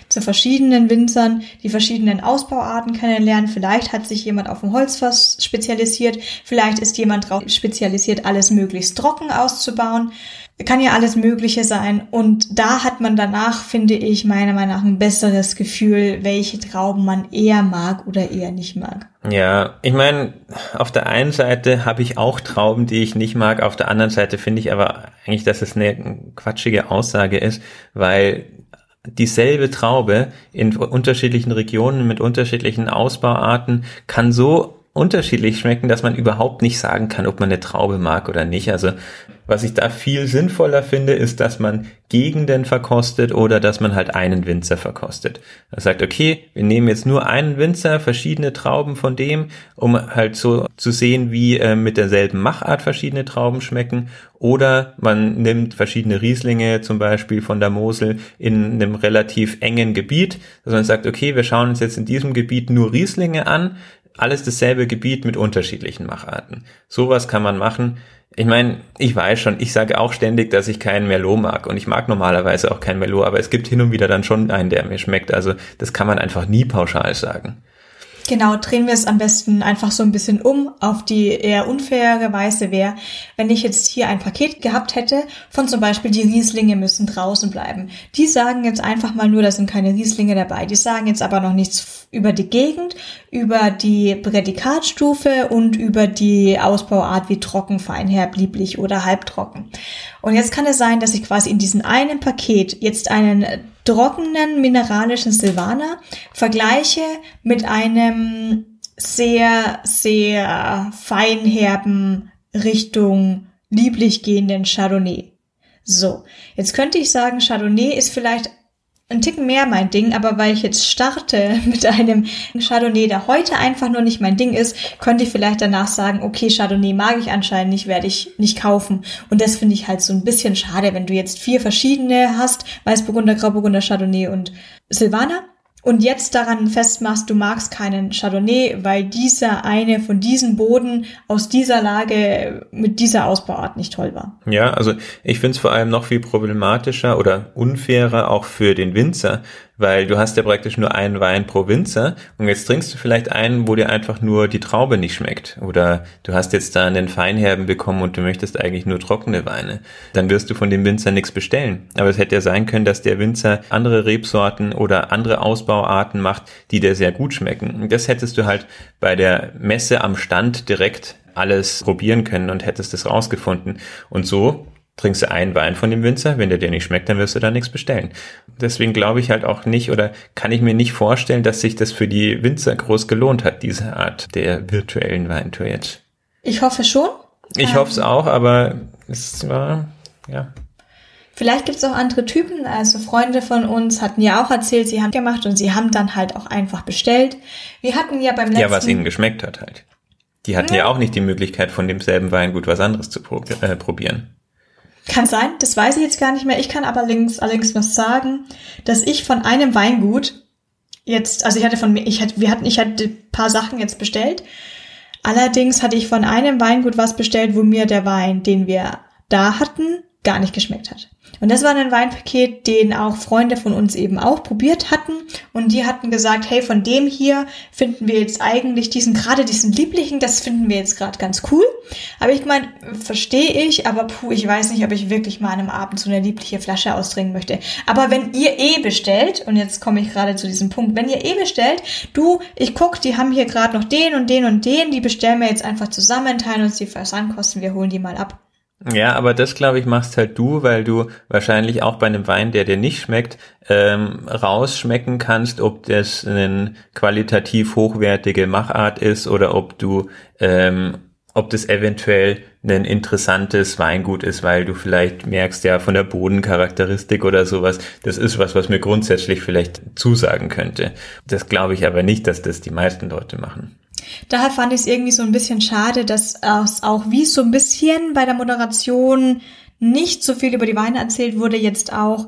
zu verschiedenen Winzern, die verschiedenen Ausbauarten kennenlernen. Vielleicht hat sich jemand auf dem Holzfass spezialisiert, vielleicht ist jemand darauf spezialisiert, alles möglichst trocken auszubauen. Kann ja alles Mögliche sein. Und da hat man danach, finde ich, meiner Meinung nach ein besseres Gefühl, welche Trauben man eher mag oder eher nicht mag. Ja, ich meine, auf der einen Seite habe ich auch Trauben, die ich nicht mag. Auf der anderen Seite finde ich aber eigentlich, dass es eine quatschige Aussage ist, weil dieselbe Traube in unterschiedlichen Regionen mit unterschiedlichen Ausbauarten kann so unterschiedlich schmecken, dass man überhaupt nicht sagen kann, ob man eine Traube mag oder nicht. Also was ich da viel sinnvoller finde, ist, dass man Gegenden verkostet oder dass man halt einen Winzer verkostet. Er sagt, okay, wir nehmen jetzt nur einen Winzer, verschiedene Trauben von dem, um halt so zu sehen, wie äh, mit derselben Machart verschiedene Trauben schmecken. Oder man nimmt verschiedene Rieslinge zum Beispiel von der Mosel in einem relativ engen Gebiet, dass man sagt, okay, wir schauen uns jetzt in diesem Gebiet nur Rieslinge an, alles dasselbe Gebiet mit unterschiedlichen Macharten. Sowas kann man machen. Ich meine, ich weiß schon, ich sage auch ständig, dass ich keinen Merlot mag und ich mag normalerweise auch keinen Merlot, aber es gibt hin und wieder dann schon einen, der mir schmeckt. Also das kann man einfach nie pauschal sagen. Genau, drehen wir es am besten einfach so ein bisschen um. Auf die eher unfaire Weise wäre, wenn ich jetzt hier ein Paket gehabt hätte von zum Beispiel, die Rieslinge müssen draußen bleiben. Die sagen jetzt einfach mal nur, da sind keine Rieslinge dabei. Die sagen jetzt aber noch nichts über die Gegend, über die Prädikatstufe und über die Ausbauart wie trocken, feinherb, lieblich oder halbtrocken. Und jetzt kann es sein, dass ich quasi in diesem einen Paket jetzt einen trockenen mineralischen Silvaner vergleiche mit einem sehr, sehr feinherben Richtung lieblich gehenden Chardonnay. So, jetzt könnte ich sagen, Chardonnay ist vielleicht ein Ticken mehr mein Ding, aber weil ich jetzt starte mit einem Chardonnay, der heute einfach nur nicht mein Ding ist, könnte ich vielleicht danach sagen, okay, Chardonnay mag ich anscheinend nicht, werde ich nicht kaufen. Und das finde ich halt so ein bisschen schade, wenn du jetzt vier verschiedene hast, Weißburgunder, Grauburgunder, Chardonnay und Silvaner, und jetzt daran festmachst, du magst keinen Chardonnay, weil dieser eine von diesem Boden aus dieser Lage mit dieser Ausbauart nicht toll war. Ja, also ich finde es vor allem noch viel problematischer oder unfairer auch für den Winzer, weil du hast ja praktisch nur einen Wein pro Winzer und jetzt trinkst du vielleicht einen, wo dir einfach nur die Traube nicht schmeckt oder du hast jetzt da einen Feinherben bekommen und du möchtest eigentlich nur trockene Weine. Dann wirst du von dem Winzer nichts bestellen. Aber es hätte ja sein können, dass der Winzer andere Rebsorten oder andere Ausbauarten macht, die dir sehr gut schmecken. Und das hättest du halt bei der Messe am Stand direkt alles probieren können und hättest es rausgefunden. Und so trinkst du einen Wein von dem Winzer, wenn der dir nicht schmeckt, dann wirst du da nichts bestellen. Deswegen glaube ich halt auch nicht oder kann ich mir nicht vorstellen, dass sich das für die Winzer groß gelohnt hat, diese Art der virtuellen Weintour jetzt. Ich hoffe schon. Ich ähm, hoffe es auch, aber es war, ja. Vielleicht gibt es auch andere Typen, also Freunde von uns hatten ja auch erzählt, sie haben gemacht und sie haben dann halt auch einfach bestellt. Wir hatten ja beim letzten... Ja, was ihnen geschmeckt hat halt. Die hatten ja, ja auch nicht die Möglichkeit, von demselben Weingut was anderes zu pro- äh, probieren. Kann sein, das weiß ich jetzt gar nicht mehr. Ich kann aber allerdings, allerdings was sagen, dass ich von einem Weingut jetzt, also ich hatte von mir, ich hatte, wir hatten, ich hatte ein paar Sachen jetzt bestellt. Allerdings hatte ich von einem Weingut was bestellt, wo mir der Wein, den wir da hatten, gar nicht geschmeckt hat. Und das war ein Weinpaket, den auch Freunde von uns eben auch probiert hatten. Und die hatten gesagt, hey, von dem hier finden wir jetzt eigentlich diesen, gerade diesen lieblichen, das finden wir jetzt gerade ganz cool. Aber ich meine, verstehe ich, aber puh, ich weiß nicht, ob ich wirklich mal an einem Abend so eine liebliche Flasche austrinken möchte. Aber wenn ihr eh bestellt, und jetzt komme ich gerade zu diesem Punkt, wenn ihr eh bestellt, du, ich guck, die haben hier gerade noch den und den und den, die bestellen wir jetzt einfach zusammen, teilen uns die Versandkosten, wir holen die mal ab. Ja, aber das, glaube ich, machst halt du, weil du wahrscheinlich auch bei einem Wein, der dir nicht schmeckt, ähm, rausschmecken kannst, ob das eine qualitativ hochwertige Machart ist oder ob du, ähm, ob das eventuell ein interessantes Weingut ist, weil du vielleicht merkst, ja, von der Bodencharakteristik oder sowas, das ist was, was mir grundsätzlich vielleicht zusagen könnte. Das glaube ich aber nicht, dass das die meisten Leute machen. Daher fand ich es irgendwie so ein bisschen schade, dass es auch wie so ein bisschen bei der Moderation nicht so viel über die Weine erzählt wurde, jetzt auch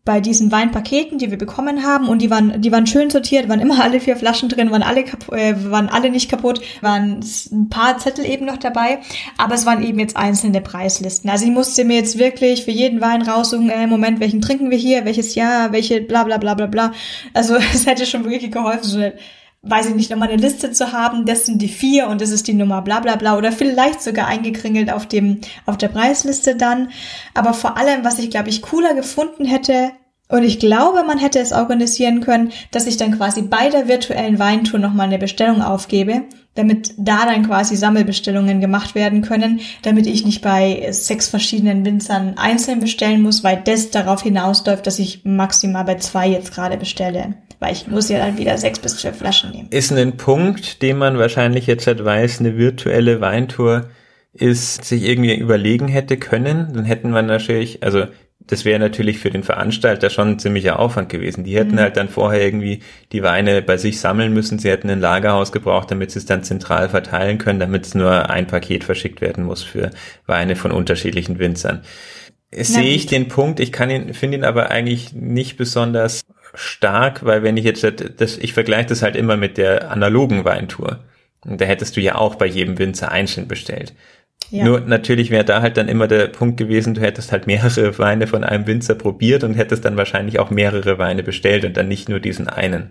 bei diesen Weinpaketen, die wir bekommen haben, und die waren, die waren schön sortiert, waren immer alle vier Flaschen drin, waren alle kap- äh, waren alle nicht kaputt, waren ein paar Zettel eben noch dabei, aber es waren eben jetzt einzelne Preislisten. Also ich musste mir jetzt wirklich für jeden Wein raussuchen, äh, Moment, welchen trinken wir hier, welches Jahr, welche bla bla bla bla bla. Also es hätte schon wirklich geholfen, so eine, weiß ich nicht, nochmal eine Liste zu haben, das sind die vier und das ist die Nummer bla bla bla, oder vielleicht sogar eingekringelt auf dem auf der Preisliste dann. Aber vor allem, was ich, glaube ich, cooler gefunden hätte, und ich glaube, man hätte es organisieren können, dass ich dann quasi bei der virtuellen Weintour nochmal eine Bestellung aufgebe, damit da dann quasi Sammelbestellungen gemacht werden können, damit ich nicht bei sechs verschiedenen Winzern einzeln bestellen muss, weil das darauf hinausläuft, dass ich maximal bei zwei jetzt gerade bestelle. Weil ich muss ja dann wieder sechs bis zwölf Flaschen nehmen. Ist ein Punkt, den man wahrscheinlich jetzt halt weiß, eine virtuelle Weintour ist, sich irgendwie überlegen hätte können. Dann hätten wir natürlich, also das wäre natürlich für den Veranstalter schon ein ziemlicher Aufwand gewesen. Die hätten mhm. halt dann vorher irgendwie die Weine bei sich sammeln müssen. Sie hätten ein Lagerhaus gebraucht, damit sie es dann zentral verteilen können, damit es nur ein Paket verschickt werden muss für Weine von unterschiedlichen Winzern. Sehe ich den Punkt, ich kann ihn, finde ihn aber eigentlich nicht besonders stark, weil wenn ich jetzt, das, ich vergleiche das halt immer mit der analogen Weintour. Und da hättest du ja auch bei jedem Winzer einzeln bestellt. Ja. Nur natürlich wäre da halt dann immer der Punkt gewesen, du hättest halt mehrere Weine von einem Winzer probiert und hättest dann wahrscheinlich auch mehrere Weine bestellt und dann nicht nur diesen einen.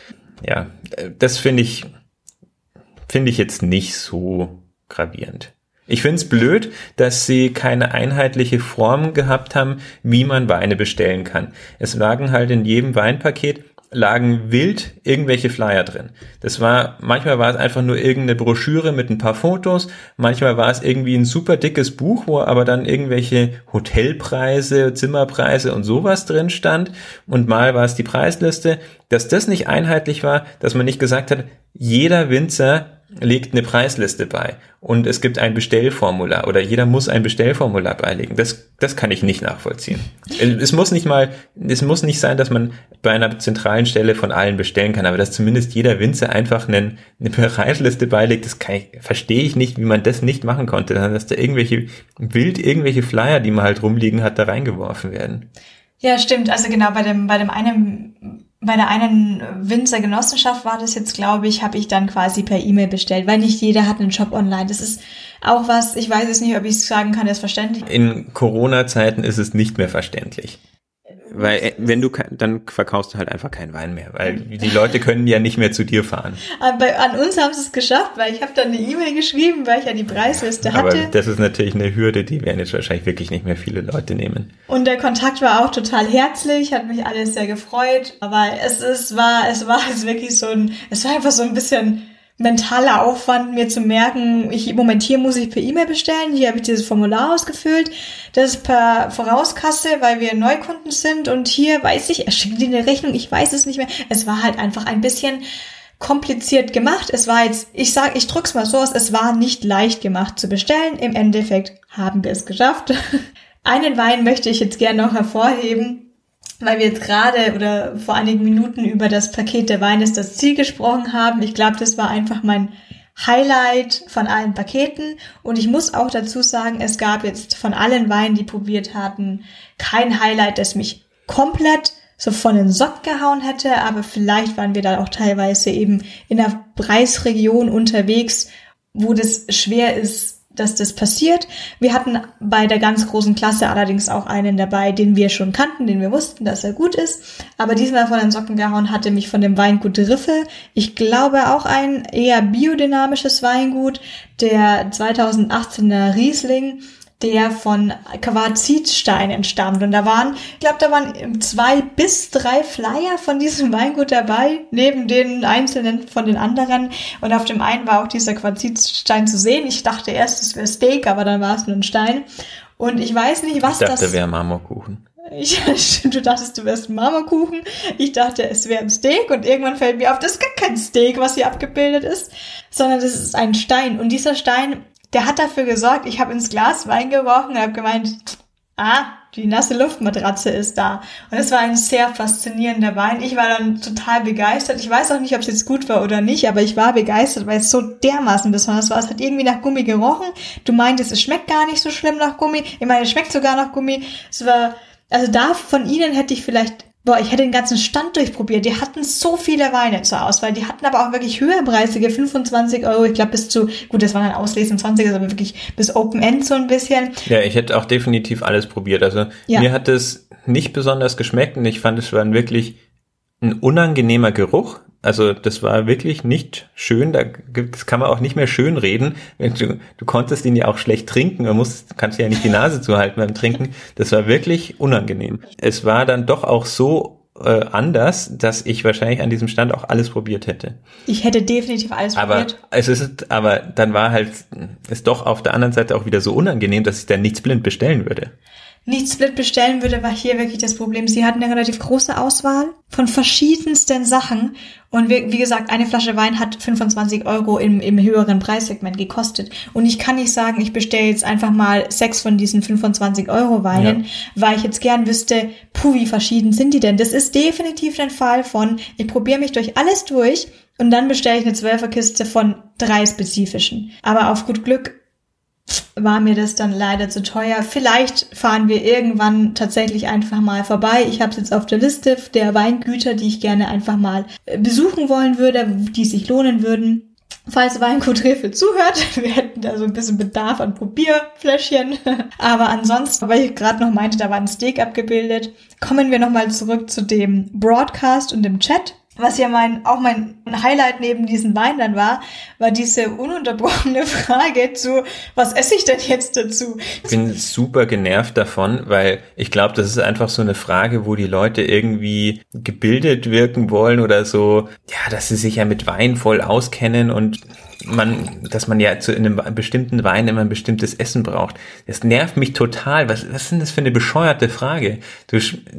Ja, das finde ich, finde ich jetzt nicht so gravierend. Ich finde es blöd, dass sie keine einheitliche Form gehabt haben, wie man Weine bestellen kann. Es lagen halt in jedem Weinpaket lagen wild irgendwelche Flyer drin. Das war, manchmal war es einfach nur irgendeine Broschüre mit ein paar Fotos, manchmal war es irgendwie ein super dickes Buch, wo aber dann irgendwelche Hotelpreise, Zimmerpreise und sowas drin stand, und mal war es die Preisliste. Dass das nicht einheitlich war, dass man nicht gesagt hat, jeder Winzer legt eine Preisliste bei und es gibt ein Bestellformular oder jeder muss ein Bestellformular beilegen. Das, das kann ich nicht nachvollziehen. Es muss nicht mal, es muss nicht sein, dass man bei einer zentralen Stelle von allen bestellen kann, aber dass zumindest jeder Winzer einfach einen, eine Preisliste beilegt, das kann ich, verstehe ich nicht, wie man das nicht machen konnte, dass da irgendwelche, wild irgendwelche Flyer, die man halt rumliegen hat, da reingeworfen werden. Ja, stimmt. Also genau, bei dem, bei dem einen, bei der einen Winzergenossenschaft war das jetzt, glaube ich, habe ich dann quasi per E-Mail bestellt, weil nicht jeder hat einen Shop online. Das ist auch was, ich weiß es nicht, ob ich es sagen kann, das ist verständlich. In Corona-Zeiten ist es nicht mehr verständlich. Weil wenn du, dann verkaufst du halt einfach keinen Wein mehr, weil die Leute können ja nicht mehr zu dir fahren. Aber an uns haben sie es geschafft, weil ich habe dann eine E-Mail geschrieben, weil ich ja die Preisliste hatte. Aber das ist natürlich eine Hürde, die werden jetzt wahrscheinlich wirklich nicht mehr viele Leute nehmen. Und der Kontakt war auch total herzlich, hat mich alles sehr gefreut. Aber es ist, war, es war es wirklich so ein, es war einfach so ein bisschen mentaler Aufwand, mir zu merken, ich, im Moment hier muss ich per E-Mail bestellen, hier habe ich dieses Formular ausgefüllt, das ist per Vorauskasse, weil wir Neukunden sind, und hier weiß ich, er schickt dir eine Rechnung, ich weiß es nicht mehr. Es war halt einfach ein bisschen kompliziert gemacht. Es war jetzt, ich sag, ich drück's mal so aus, es war nicht leicht gemacht zu bestellen. Im Endeffekt haben wir es geschafft. Einen Wein möchte ich jetzt gerne noch hervorheben, weil wir jetzt gerade oder vor einigen Minuten über das Paket der Weine ist das Ziel gesprochen haben. Ich glaube, das war einfach mein Highlight von allen Paketen. Und ich muss auch dazu sagen, es gab jetzt von allen Weinen, die probiert hatten, kein Highlight, das mich komplett so von den Socken gehauen hätte. Aber vielleicht waren wir da auch teilweise eben in einer Preisregion unterwegs, wo das schwer ist, dass das passiert. Wir hatten bei der ganz großen Klasse allerdings auch einen dabei, den wir schon kannten, den wir wussten, dass er gut ist. Aber diesmal von den Socken gehauen hatte mich von dem Weingut Riffel. Ich glaube auch ein eher biodynamisches Weingut, der zweitausendachtzehner Riesling, der von Quarzitstein entstammt. Und da waren, ich glaube, da waren zwei bis drei Flyer von diesem Weingut dabei, neben den einzelnen von den anderen. Und auf dem einen war auch dieser Quarzitstein zu sehen. Ich dachte erst, es wäre Steak, aber dann war es nur ein Stein. Und ich weiß nicht, was das... Ich dachte, das wäre Marmorkuchen. Ich, du dachtest, du wärst ein Marmorkuchen. Ich dachte, es wäre ein Steak. Und irgendwann fällt mir auf, das ist gar kein Steak, was hier abgebildet ist, sondern das ist ein Stein. Und dieser Stein, der hat dafür gesorgt, ich habe ins Glas Wein gerochen und habe gemeint, ah, die nasse Luftmatratze ist da. Und es war ein sehr faszinierender Wein. Ich war dann total begeistert. Ich weiß auch nicht, ob es jetzt gut war oder nicht, aber ich war begeistert, weil es so dermaßen besonders war. Es hat irgendwie nach Gummi gerochen. Du meintest, es schmeckt gar nicht so schlimm nach Gummi. Ich meine, es schmeckt sogar nach Gummi. Es war Also da von ihnen hätte ich vielleicht, boah, ich hätte den ganzen Stand durchprobiert. Die hatten so viele Weine zur Auswahl. Die hatten aber auch wirklich höherpreisige, fünfundzwanzig Euro. Ich glaube bis zu, gut, das waren dann Auslesen zwanzig, aber wirklich bis Open End so ein bisschen. Ja, ich hätte auch definitiv alles probiert. Also ja. Mir hat es nicht besonders geschmeckt und ich fand, es war wirklich ein unangenehmer Geruch. Also das war wirklich nicht schön, da das kann man auch nicht mehr schön reden. Du, du konntest ihn ja auch schlecht trinken, man muss, kannst ja nicht die Nase zuhalten beim Trinken. Das war wirklich unangenehm. Es war dann doch auch so äh, anders, dass ich wahrscheinlich an diesem Stand auch alles probiert hätte. Ich hätte definitiv alles aber probiert. Es ist, aber dann war halt es doch auf der anderen Seite auch wieder so unangenehm, dass ich dann nichts blind bestellen würde. Nicht Split bestellen würde, war hier wirklich das Problem. Sie hatten eine relativ große Auswahl von verschiedensten Sachen. Und wie, wie gesagt, eine Flasche Wein hat fünfundzwanzig Euro im, im höheren Preissegment gekostet. Und ich kann nicht sagen, ich bestelle jetzt einfach mal sechs von diesen fünfundzwanzig Euro Weinen, ja. weil ich jetzt gern wüsste, puh, wie verschieden sind die denn? Das ist definitiv ein Fall von, ich probiere mich durch alles durch und dann bestelle ich eine Zwölferkiste von drei spezifischen. Aber auf gut Glück war mir das dann leider zu teuer. Vielleicht fahren wir irgendwann tatsächlich einfach mal vorbei. Ich habe es jetzt auf der Liste der Weingüter, die ich gerne einfach mal besuchen wollen würde, die sich lohnen würden. Falls Weingut Riffe zuhört, wir hätten da so ein bisschen Bedarf an Probierfläschchen. Aber ansonsten, weil ich gerade noch meinte, da war ein Steak abgebildet, kommen wir nochmal zurück zu dem Broadcast und dem Chat. Was ja mein, auch mein Highlight neben diesen Wein dann war, war diese ununterbrochene Frage zu, was esse ich denn jetzt dazu? Ich bin super genervt davon, weil ich glaube, das ist einfach so eine Frage, wo die Leute irgendwie gebildet wirken wollen oder so, ja, dass sie sich ja mit Wein voll auskennen und man, dass man ja zu einem bestimmten Wein immer ein bestimmtes Essen braucht. Das nervt mich total. Was, was ist denn das für eine bescheuerte Frage? Du,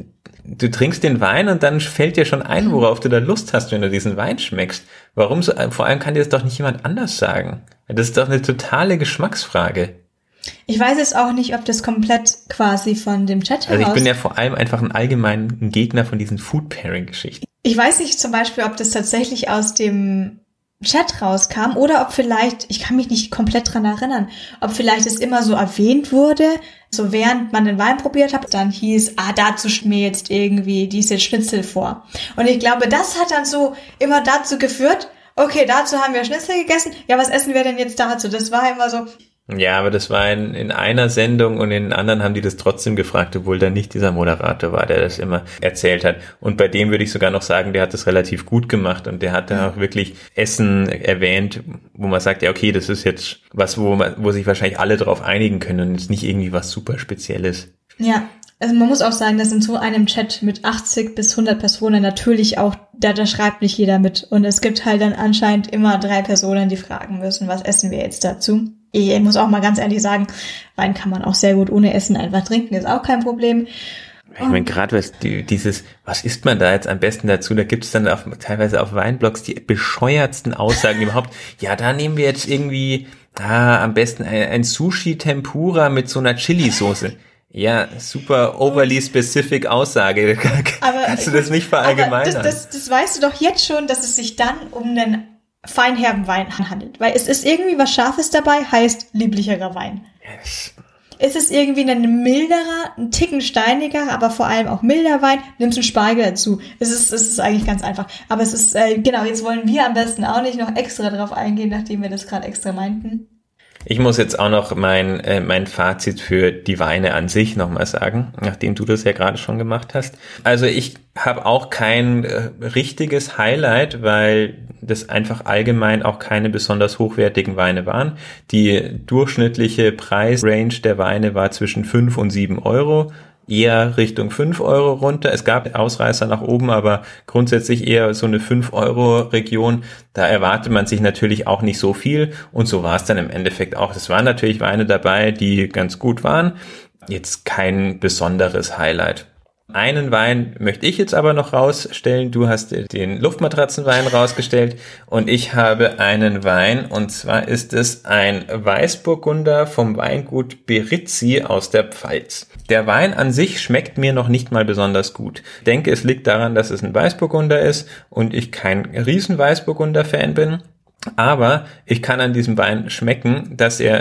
du trinkst den Wein und dann fällt dir schon ein, worauf du da Lust hast, wenn du diesen Wein schmeckst. Warum so? Vor allem kann dir das doch nicht jemand anders sagen. Das ist doch eine totale Geschmacksfrage. Ich weiß jetzt auch nicht, ob das komplett quasi von dem Chat heraus... Also ich bin ja vor allem einfach ein allgemeiner Gegner von diesen Food-Pairing-Geschichten. Ich weiß nicht zum Beispiel, ob das tatsächlich aus dem Chat rauskam oder ob vielleicht, ich kann mich nicht komplett dran erinnern, ob vielleicht es immer so erwähnt wurde, so während man den Wein probiert hat, dann hieß, ah, dazu mir jetzt irgendwie diese Schnitzel vor. Und ich glaube, das hat dann so immer dazu geführt, okay, dazu haben wir Schnitzel gegessen, ja, was essen wir denn jetzt dazu? Das war immer so... Ja, aber das war in, in einer Sendung und in anderen haben die das trotzdem gefragt, obwohl da nicht dieser Moderator war, der das immer erzählt hat. Und bei dem würde ich sogar noch sagen, der hat das relativ gut gemacht und der hat dann auch wirklich Essen erwähnt, wo man sagt, ja okay, das ist jetzt was, wo man, wo sich wahrscheinlich alle drauf einigen können und jetzt nicht irgendwie was super Spezielles. Ja. Also man muss auch sagen, dass in so einem Chat mit achtzig bis hundert Personen natürlich auch, da, da schreibt nicht jeder mit. Und es gibt halt dann anscheinend immer drei Personen, die fragen müssen, was essen wir jetzt dazu? Ich muss auch mal ganz ehrlich sagen, Wein kann man auch sehr gut ohne Essen einfach trinken, ist auch kein Problem. Ich meine, gerade was die, dieses, was isst man da jetzt am besten dazu? Da gibt es dann auf, teilweise auf Weinblogs die bescheuertsten Aussagen überhaupt. Ja, da nehmen wir jetzt irgendwie ah, am besten ein, ein Sushi-Tempura mit so einer Chili-Soße. Ja, super overly specific Aussage. Aber, kannst du das nicht verallgemeinern? Aber das, das, das weißt du doch jetzt schon, dass es sich dann um einen feinherben Wein handelt. Weil es ist irgendwie was Scharfes dabei, heißt lieblicherer Wein. Yes. Es ist irgendwie ein milderer, ein Ticken steiniger, aber vor allem auch milder Wein. Nimmst einen Spargel dazu. Es ist, es ist eigentlich ganz einfach. Aber es ist, äh, genau, jetzt wollen wir am besten auch nicht noch extra drauf eingehen, nachdem wir das gerade extra meinten. Ich muss jetzt auch noch mein, äh, mein Fazit für die Weine an sich nochmal sagen, nachdem du das ja gerade schon gemacht hast. Also ich habe auch kein äh, richtiges Highlight, weil das einfach allgemein auch keine besonders hochwertigen Weine waren. Die durchschnittliche Preisrange der Weine war zwischen fünf und sieben Euro. Eher Richtung fünf Euro runter. Es gab Ausreißer nach oben, aber grundsätzlich eher so eine fünf Euro Region. Da erwartet man sich natürlich auch nicht so viel und so war es dann im Endeffekt auch. Es waren natürlich Weine dabei, die ganz gut waren. Jetzt kein besonderes Highlight. Einen Wein möchte ich jetzt aber noch rausstellen. Du hast den Luftmatratzenwein rausgestellt und ich habe einen Wein und zwar ist es ein Weißburgunder vom Weingut Berizzi aus der Pfalz. Der Wein an sich schmeckt mir noch nicht mal besonders gut. Ich denke, es liegt daran, dass es ein Weißburgunder ist und ich kein riesen Weißburgunder-Fan bin. Aber ich kann an diesem Wein schmecken, dass er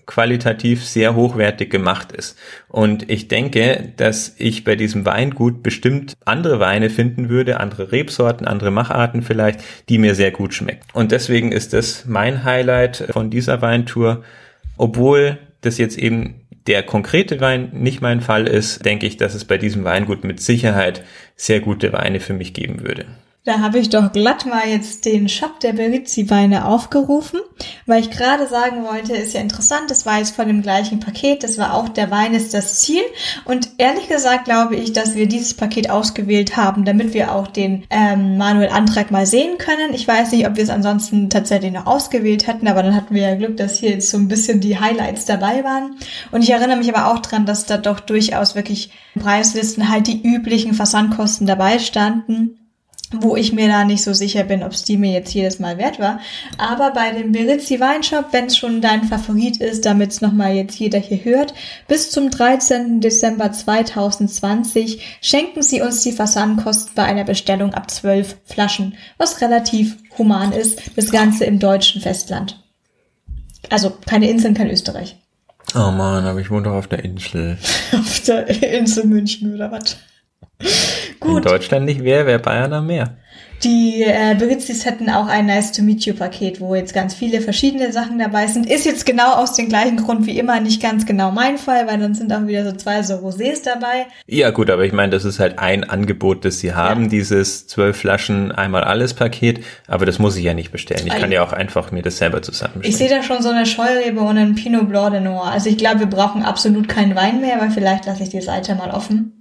qualitativ sehr hochwertig gemacht ist. Und ich denke, dass ich bei diesem Weingut bestimmt andere Weine finden würde, andere Rebsorten, andere Macharten vielleicht, die mir sehr gut schmecken. Und deswegen ist das mein Highlight von dieser Weintour. Obwohl das jetzt eben der konkrete Wein nicht mein Fall ist, denke ich, dass es bei diesem Weingut mit Sicherheit sehr gute Weine für mich geben würde. Da habe ich doch glatt mal jetzt den Shop der Berizzi-Weine aufgerufen, weil ich gerade sagen wollte, ist ja interessant, das war jetzt von dem gleichen Paket, das war auch der Wein ist das Ziel und ehrlich gesagt glaube ich, dass wir dieses Paket ausgewählt haben, damit wir auch den ähm, Manuel Antrag mal sehen können. Ich weiß nicht, ob wir es ansonsten tatsächlich noch ausgewählt hätten, aber dann hatten wir ja Glück, dass hier jetzt so ein bisschen die Highlights dabei waren und ich erinnere mich aber auch dran, dass da doch durchaus wirklich Preislisten halt die üblichen Versandkosten dabei standen, wo ich mir da nicht so sicher bin, ob es die mir jetzt jedes Mal wert war. Aber bei dem Berizzi Weinshop, wenn es schon dein Favorit ist, damit es nochmal jetzt jeder hier hört, bis zum dreizehnten Dezember zweitausendzwanzig schenken sie uns die Versandkosten bei einer Bestellung ab zwölf Flaschen, was relativ human ist, das Ganze im deutschen Festland. Also keine Inseln, kein Österreich. Oh Mann, aber ich wohne doch auf der Insel. Auf der Insel München oder was? Gut. In Deutschland nicht wäre, wäre Bayern am Meer. Die äh, Berizzis hätten auch ein Nice-to-Meet-You-Paket, wo jetzt ganz viele verschiedene Sachen dabei sind. Ist jetzt genau aus dem gleichen Grund wie immer nicht ganz genau mein Fall, weil dann sind auch wieder so zwei so Rosés dabei. Ja gut, aber ich meine, das ist halt ein Angebot, das sie haben, ja. Dieses zwölf Flaschen einmal alles Paket, aber das muss ich ja nicht bestellen. Ich kann ja auch einfach mir das selber zusammenstellen. Ich sehe da schon so eine Scheurebe und einen Pinot Blanc de Noir. Also ich glaube, wir brauchen absolut keinen Wein mehr, aber vielleicht lasse ich die Seite mal offen.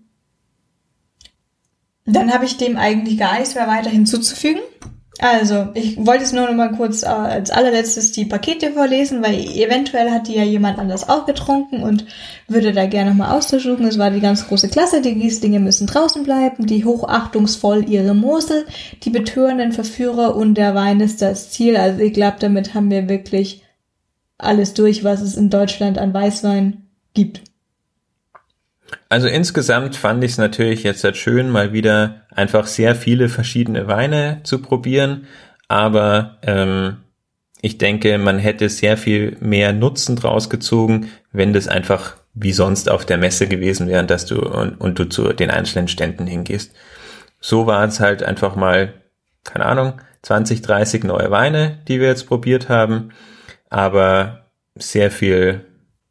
Dann habe ich dem eigentlich gar nichts mehr weiter hinzuzufügen. Also, ich wollte jetzt nur noch mal kurz äh, als allerletztes die Pakete vorlesen, weil eventuell hat die ja jemand anders auch getrunken und würde da gerne nochmal austauschen. Es war die ganz große Klasse, die Rieslinge müssen draußen bleiben, die hochachtungsvoll ihre Mosel, die betörenden Verführer und der Wein ist das Ziel. Also ich glaube, damit haben wir wirklich alles durch, was es in Deutschland an Weißwein gibt. Also insgesamt fand ich es natürlich jetzt halt schön, mal wieder einfach sehr viele verschiedene Weine zu probieren, aber ähm, ich denke, man hätte sehr viel mehr Nutzen draus gezogen, wenn das einfach wie sonst auf der Messe gewesen wäre, dass du und, und du zu den einzelnen Ständen hingehst. So war es halt einfach mal, keine Ahnung, zwanzig, dreißig neue Weine, die wir jetzt probiert haben, aber sehr viel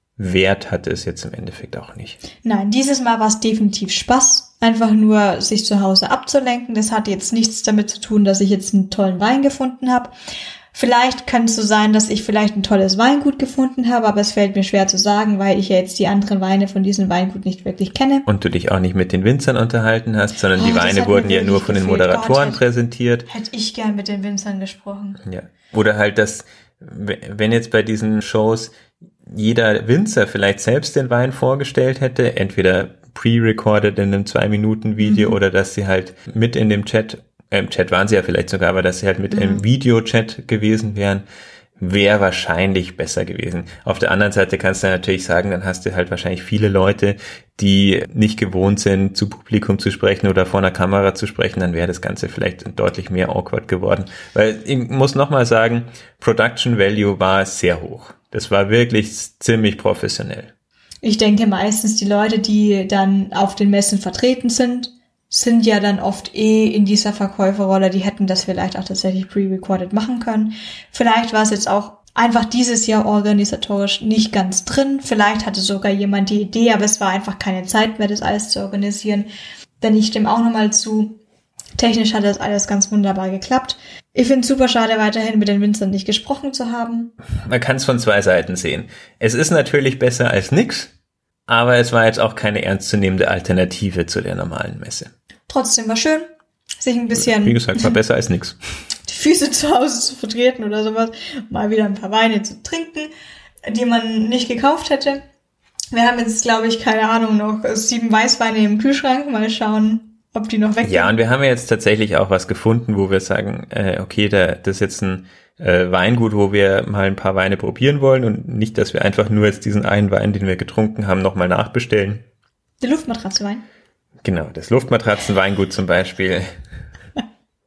Wert hatte es jetzt im Endeffekt auch nicht. Nein, dieses Mal war es definitiv Spaß, einfach nur sich zu Hause abzulenken. Das hat jetzt nichts damit zu tun, dass ich jetzt einen tollen Wein gefunden habe. Vielleicht kann es so sein, dass ich vielleicht ein tolles Weingut gefunden habe, aber es fällt mir schwer zu sagen, weil ich ja jetzt die anderen Weine von diesem Weingut nicht wirklich kenne. Und du dich auch nicht mit den Winzern unterhalten hast, sondern oh, die Weine wurden ja nur von den Moderatoren Gott, präsentiert. Hätte ich gern mit den Winzern gesprochen. Ja. Oder halt das, wenn jetzt bei diesen Shows jeder Winzer vielleicht selbst den Wein vorgestellt hätte, entweder pre-recorded in einem zwei-Minuten-Video mhm. oder dass sie halt mit in dem Chat, äh, im Chat waren sie ja vielleicht sogar, aber dass sie halt mit mhm. im Video-Chat gewesen wären, wäre wahrscheinlich besser gewesen. Auf der anderen Seite kannst du natürlich sagen, dann hast du halt wahrscheinlich viele Leute, die nicht gewohnt sind, zu Publikum zu sprechen oder vor einer Kamera zu sprechen, dann wäre das Ganze vielleicht deutlich mehr awkward geworden. Weil ich muss nochmal sagen, Production Value war sehr hoch. Das war wirklich ziemlich professionell. Ich denke meistens die Leute, die dann auf den Messen vertreten sind, sind ja dann oft eh in dieser Verkäuferrolle. Die hätten das vielleicht auch tatsächlich pre-recorded machen können. Vielleicht war es jetzt auch einfach dieses Jahr organisatorisch nicht ganz drin. Vielleicht hatte sogar jemand die Idee, aber es war einfach keine Zeit mehr, das alles zu organisieren. Denn ich stimme auch nochmal zu. Technisch hat das alles ganz wunderbar geklappt. Ich finde es super schade, weiterhin mit den Winzern nicht gesprochen zu haben. Man kann es von zwei Seiten sehen. Es ist natürlich besser als nix, aber es war jetzt auch keine ernstzunehmende Alternative zu der normalen Messe. Trotzdem war schön, sich ein bisschen... Wie gesagt, war besser als nix. Die Füße zu Hause zu vertreten oder sowas, mal wieder ein paar Weine zu trinken, die man nicht gekauft hätte. Wir haben jetzt, glaube ich, keine Ahnung, noch sieben Weißweine im Kühlschrank. Mal schauen, ob die noch weg sind. Ja, und wir haben ja jetzt tatsächlich auch was gefunden, wo wir sagen, äh, okay, da, das ist jetzt ein äh, Weingut, wo wir mal ein paar Weine probieren wollen und nicht, dass wir einfach nur jetzt diesen einen Wein, den wir getrunken haben, nochmal nachbestellen. Der Luftmatratzenwein. Genau, das Luftmatratzenweingut zum Beispiel.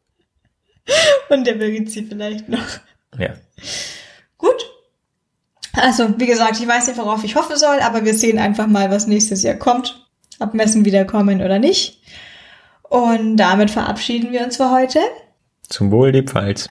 Und der Berizzi vielleicht noch. Ja. Gut. Also, wie gesagt, ich weiß nicht, worauf ich hoffen soll, aber wir sehen einfach mal, was nächstes Jahr kommt. Ob Messen wieder kommen oder nicht. Und damit verabschieden wir uns für heute. Zum Wohl, die Pfalz.